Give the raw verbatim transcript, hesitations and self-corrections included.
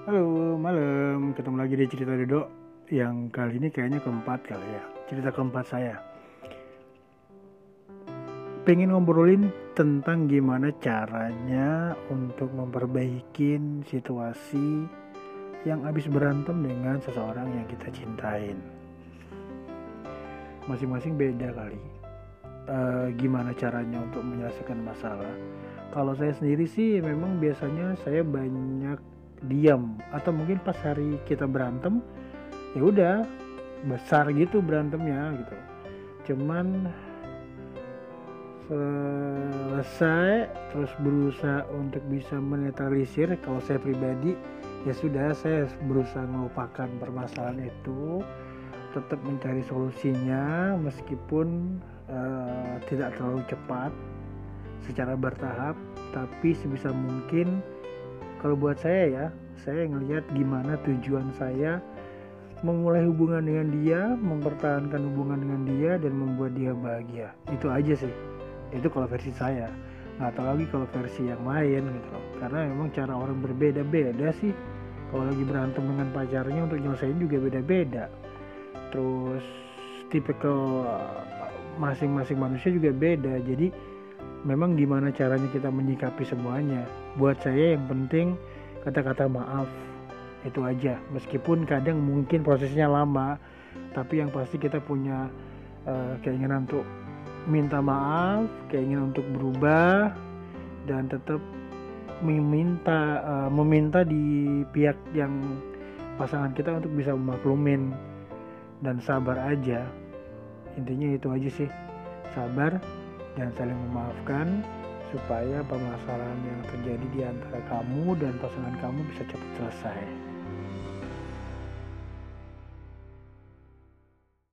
Halo, malam. Ketemu lagi di cerita Dodo yang kali ini kayaknya keempat kali ya. Cerita keempat saya. Pengen ngobrolin tentang gimana caranya untuk memperbaiki situasi yang habis berantem dengan seseorang yang kita cintain. Masing-masing beda kali. E, gimana caranya untuk menyelesaikan masalah? Kalau saya sendiri sih memang biasanya saya banyak diam, atau mungkin pas hari kita berantem ya udah besar gitu berantemnya gitu, cuman selesai terus berusaha untuk bisa menetralisir. Kalau saya pribadi ya sudah, saya berusaha melupakan permasalahan itu, tetap mencari solusinya meskipun uh, tidak terlalu cepat, secara bertahap, tapi sebisa mungkin. Kalau buat saya ya, saya ngelihat gimana tujuan saya memulai hubungan dengan dia, mempertahankan hubungan dengan dia, dan membuat dia bahagia. Itu aja sih. Itu kalau versi saya. Nggak tahu lagi kalau versi yang lain gitu loh. Karena memang cara orang berbeda-beda sih. Kalau lagi berantem dengan pacarnya untuk nyelesain juga beda-beda. Terus tipe ke masing-masing manusia juga beda. Jadi memang gimana caranya kita menyikapi semuanya. Buat saya yang penting kata-kata maaf, itu aja. Meskipun kadang mungkin prosesnya lama, tapi yang pasti kita punya uh, keinginan untuk minta maaf, keinginan untuk berubah, dan tetap meminta uh, meminta di pihak yang pasangan kita untuk bisa memaklumin, dan sabar aja. Intinya itu aja sih, sabar dan saling memaafkan supaya permasalahan yang terjadi di antara kamu dan pasangan kamu bisa cepat selesai.